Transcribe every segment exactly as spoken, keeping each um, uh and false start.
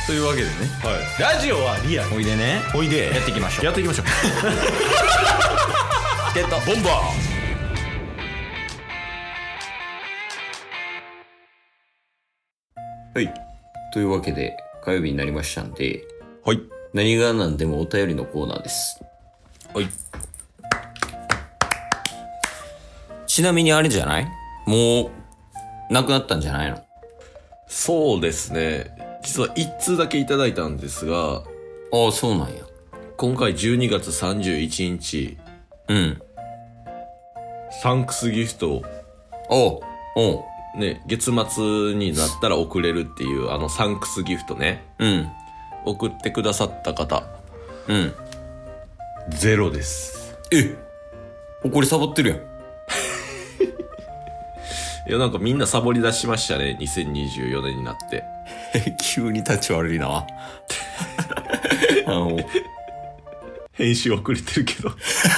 というわけでね、 はい、ラジオはリアル。 おいでね、 おいでやっていきましょう。 やっていきましょうゲットボンバはい。というわけで、火曜日になりましたんで、 ー。はい。 何が何でもお便りのコーナーです。 はい。 ちなみにあれじゃない？もう、なくなったんじゃないの？ そうですね。実は一通だけいただいたんですが、 ああ、そうなんや。 今回じゅうにがつさんじゅういちにち、 うん。 サンクスギフトを、 おう、おう。 ね、月末になったら送れるっていう、あのサンクスギフトね。 うん。 送ってくださった方、 うん。 ゼロです。 え？これサボってるやん。 いや、なんかみんなサボり出しましたね。にせんにじゅうよねんになって。 急に立ち悪いな。あの、 編集遅れてるけど。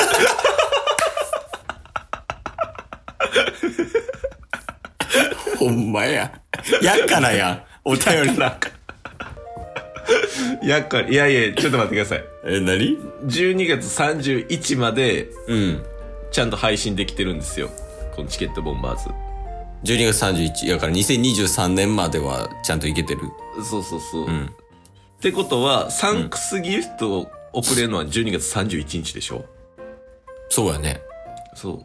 ほんまや。やっかなやん。お便りなんか。 やっかり、いやいや、ちょっと待ってください。 え、何？ じゅうにがつさんじゅういちまで、 うん。 ちゃんと配信できてるんですよ。このチケットボンバーズ。 じゅうにがつさんじゅういち、だからにせんにじゅうさんねんまではちゃんといけてる。 そうそうそう。 うん。 ってことは、サンクスギフトを送れるのはじゅうにがつさんじゅういちにちでしょ？ そうやね。 そう。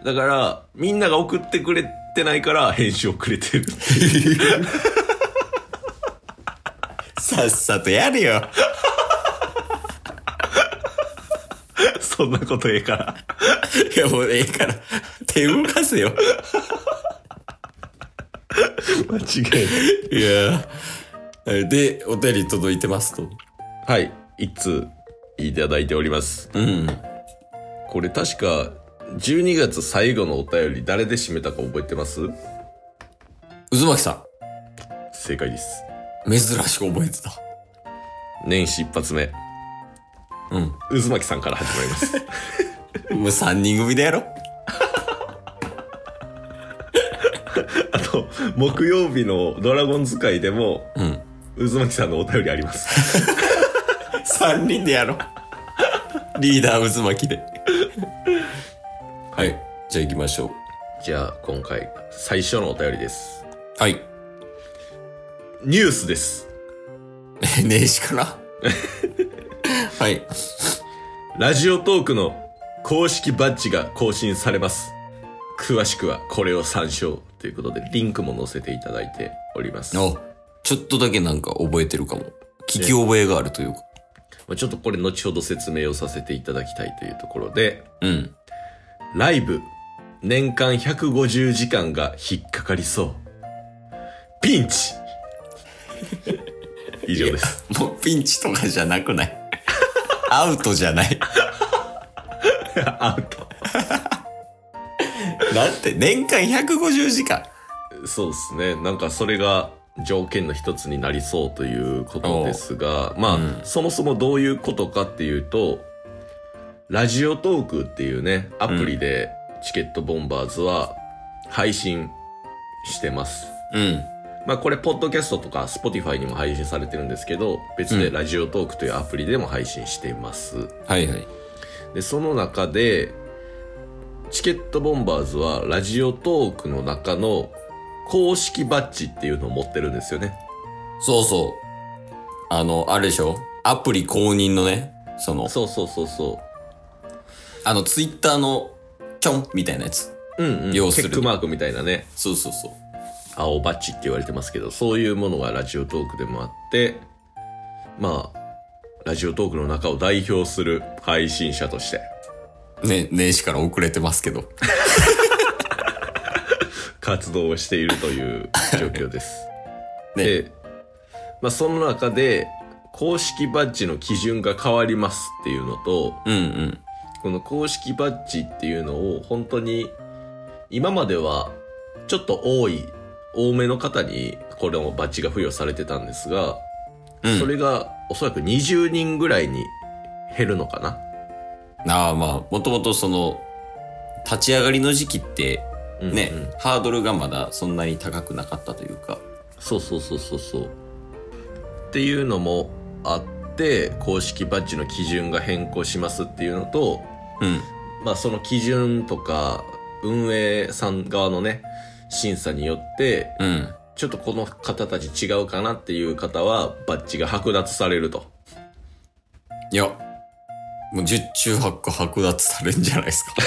だから、みんなが送ってくれてないから編集遅れてる。 さっさとやれよ。 そんなことええから。 いやもうええから、手動かせよ。 間違いいやで、お便り届いてますと。 はい。一通いただいております。 うん。 これ確か、じゅうにがつ最後のお便り誰で締めたか覚えてます？ 渦巻さ正解です。 ん。珍しく覚えてた。 年始一発目。 うん。 渦巻さんから始まります。 もう三人組でやろ。 あと、木曜日のドラゴン使いでも、 うん。 渦巻さんのお便りあります。 三人でやろ。リーダー渦巻で。はい。じゃあ行きましょう。 じゃあ、今回、最初のお便りです。 はい。 ニュースです。 年始かな。はい。 ラジオトークの公式バッジが更新されます。詳しくはこれを参照ということで、リンクも載せていただいております。 お、ちょっとだけなんか覚えてるかも。聞き覚えがあるというか。 ね、ちょっとこれ後ほど説明をさせていただきたいというところで、 うん。 ライブ、年間ひゃくごじゅうじかんが引っかかりそう。ピンチ以上です。 もうピンチとかじゃなくない？アウトじゃない。 アウト。 だって年間ひゃくごじゅうじかん。そうですね。なんかそれが条件の一つになりそうということですが、まあ、うん、そもそもどういうことかっていうと、ラジオトークっていうね、アプリでチケットボンバーズは配信してます。 うん。 まあこれ、ポッドキャストとか、スポティファイにも配信されてるんですけど、別でラジオトークというアプリでも配信しています。うん、 はいはい。 で、その中で、チケットボンバーズは、ラジオトークの中の公式バッジっていうのを持ってるんですよね。 そうそう。あの、あれでしょ？アプリ公認のね、その。 そうそうそうそう。 あの、ツイッターの、ちょんみたいなやつ。 うんうん。 要するにチェックマークみたいなね。 そうそうそう。 青バッジって言われてますけど、そういうものがラジオトークでもあって、まあ、ラジオトークの中を代表する配信者として。 ね、年始から遅れてますけど。 活動をしているという状況です。 ね、 で、まあその中で、公式バッジの基準が変わりますっていうのと、 うんうん。 この公式バッジっていうのを本当に、今まではちょっと多い、多めの方にこれのバッジが付与されてたんですが、うん、それがおそらくにじゅうにんぐらいに減るのかな。 ああ、まあ、もともとその、立ち上がりの時期ってね、うんうん、ハードルがまだそんなに高くなかったというか。 そうそうそうそうそう。 っていうのもあって公式バッジの基準が変更しますっていうのと、 うん。 まあその基準とか運営さん側のね審査によってうん。 ちょっとこの方たち違うかなっていう方はバッジが剥奪されると。 いや、もう十中八九剥奪されるんじゃないですか。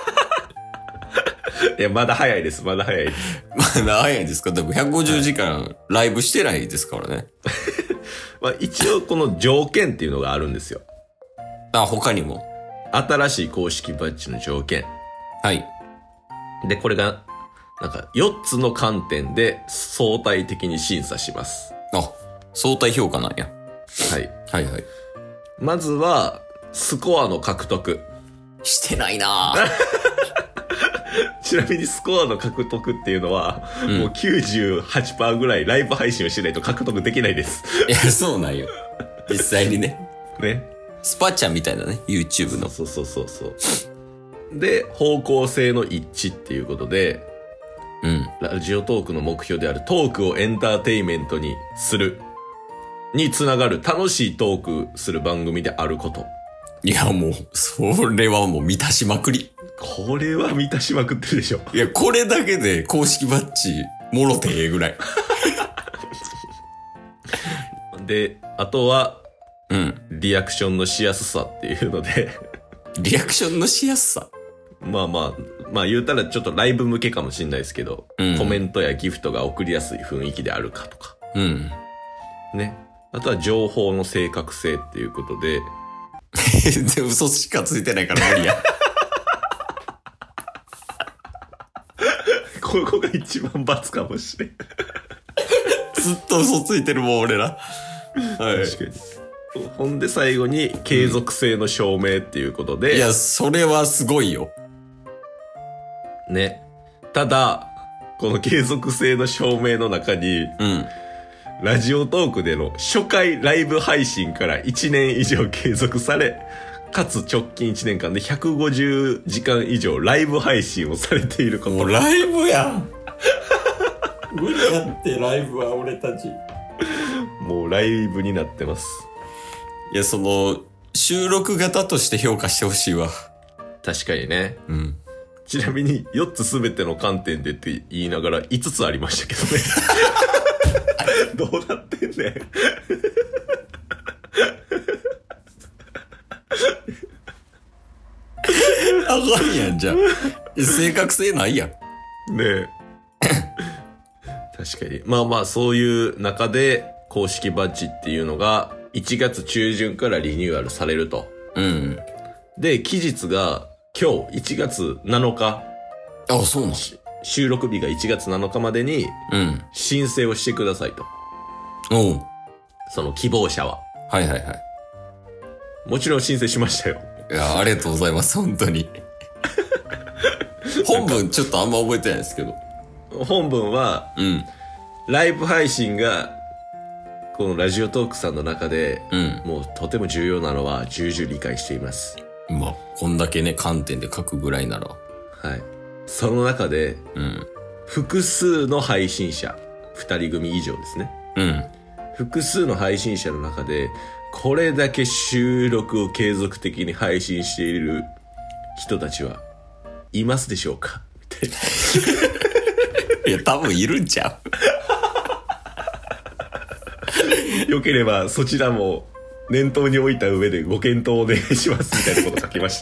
いやまだ早いですまだ早いです。 まだ早いですか。でもひゃくごじゅうじかんライブしてないですからね。 まあ一応この条件っていうのがあるんですよ。 あ、他にも。 新しい公式バッジの条件。 はい。 で、これが、なんかよっつの観点で相対的に審査します。 あ、相対評価なんや。 はい。 はいはい。 まずは、スコアの獲得。 してないなぁ。 ちなみにスコアの獲得っていうのは、うん、もう きゅうじゅうはちパーセント ぐらいライブ配信をしないと獲得できないです。 いや、そうなんよ。実際にね。 ね。 スパちゃんみたいなね、YouTube の。 そうそうそうそう。で、方向性の一致っていうことで、 うん。 ラジオトークの目標であるトークをエンターテイメントにする。につながる楽しいトークする番組であること。 いや、もう、それはもう満たしまくり。 これは満たしまくってるでしょ。 いや、これだけで公式バッジ、もろてええぐらい。 で、あとは、 うん。 リアクションのしやすさっていうので。 リアクションのしやすさまあまあ、まあ言うたらちょっとライブ向けかもしれないですけど、うん、コメントやギフトが送りやすい雰囲気であるかとか。 うん。 ね。あとは情報の正確性っていうことで。 全然嘘しかついてないから無理や。 ここが一番罰かもしれん。 ずっと嘘ついてるもん俺ら。 はい。確かに。ほんで最後に継続性の証明っていうことで、 うん、いやそれはすごいよね。ただこの継続性の証明の中に、 うん、 ラジオトークでの初回ライブ配信からいちねん以上継続され、かつ直近いちねんかんでひゃくごじゅうじかん以上ライブ配信をされていること。 もうライブやん。無理やってライブは俺たち。 もうライブになってます。 いや、その、収録型として評価してほしいわ。 確かにね。 うん。 ちなみに、よっつすべての観点でって言いながらいつつありましたけどね。どうなってんねん。 あかんやん、じゃあ。正確性ないやん。 ねえ。確かに。まあまあ、そういう中で、公式バッジっていうのが、いちがつ中旬からリニューアルされると。 うん。 で、期日が今日いちがつなのか。 あ、そうなん。 収録日がいちがつなのかまでに、 うん。 申請をしてくださいと。 おう。 その希望者は。 はいはいはい。 もちろん申請しましたよ。 いや、ありがとうございます、本当に。本文ちょっとあんま覚えてないですけど。 本文は、 うん。 ライブ配信が、このラジオトークさんの中で、 うん、 もうとても重要なのは重々理解しています。 まあ、こんだけね、観点で書くぐらいなら。 はい。その中で、 うん、 複数の配信者、二人組以上ですね。 うん。 複数の配信者の中で、これだけ収録を継続的に配信している人たちはいますでしょうかみたいな。 いや、多分いるんちゃう。 よければそちらも念頭に置いた上でご検討お願いしますみたいなこと書きました。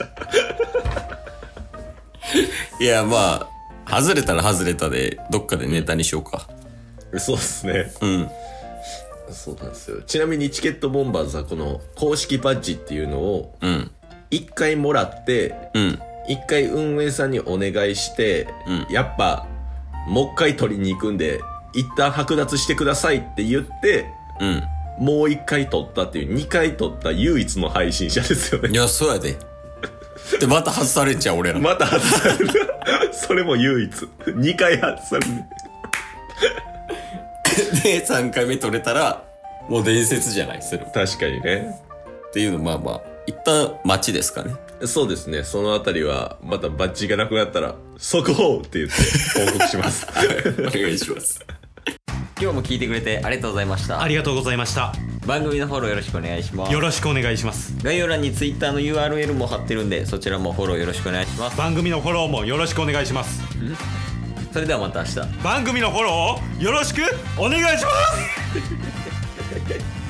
いや、まあ外れたら外れたでどっかでネタにしようか。 そうですね。 うん。 そうなんですよ。ちなみにチケットボンバーズはこの公式バッジっていうのを一回もらって、 うん、 一回運営さんにお願いして、 うん、 やっぱもう一回取りに行くんで一旦剥奪してくださいって言って、 うん、 もう一回撮ったっていう二回撮った唯一の配信者ですよね。 いや、そうやで。でまた外されちゃう俺ら。 また外される。それも唯一二回外される。 でさんかいめ撮れたらもう伝説じゃないそれ。 確かにね。 っていうのまあまあ一旦待ちですかね。 そうですね。そのあたりはまたバッジがなくなったら速報って言って報告します。 はい、お願いします。今日も聞いてくれてありがとうございました。 ありがとうございました。 番組のフォローよろしくお願いします。 よろしくお願いします。 概要欄に Twitter の ユーアールエル も貼ってるんで、そちらもフォローよろしくお願いします。 番組のフォローもよろしくお願いします。 それではまた明日。 番組のフォローをよろしくお願いします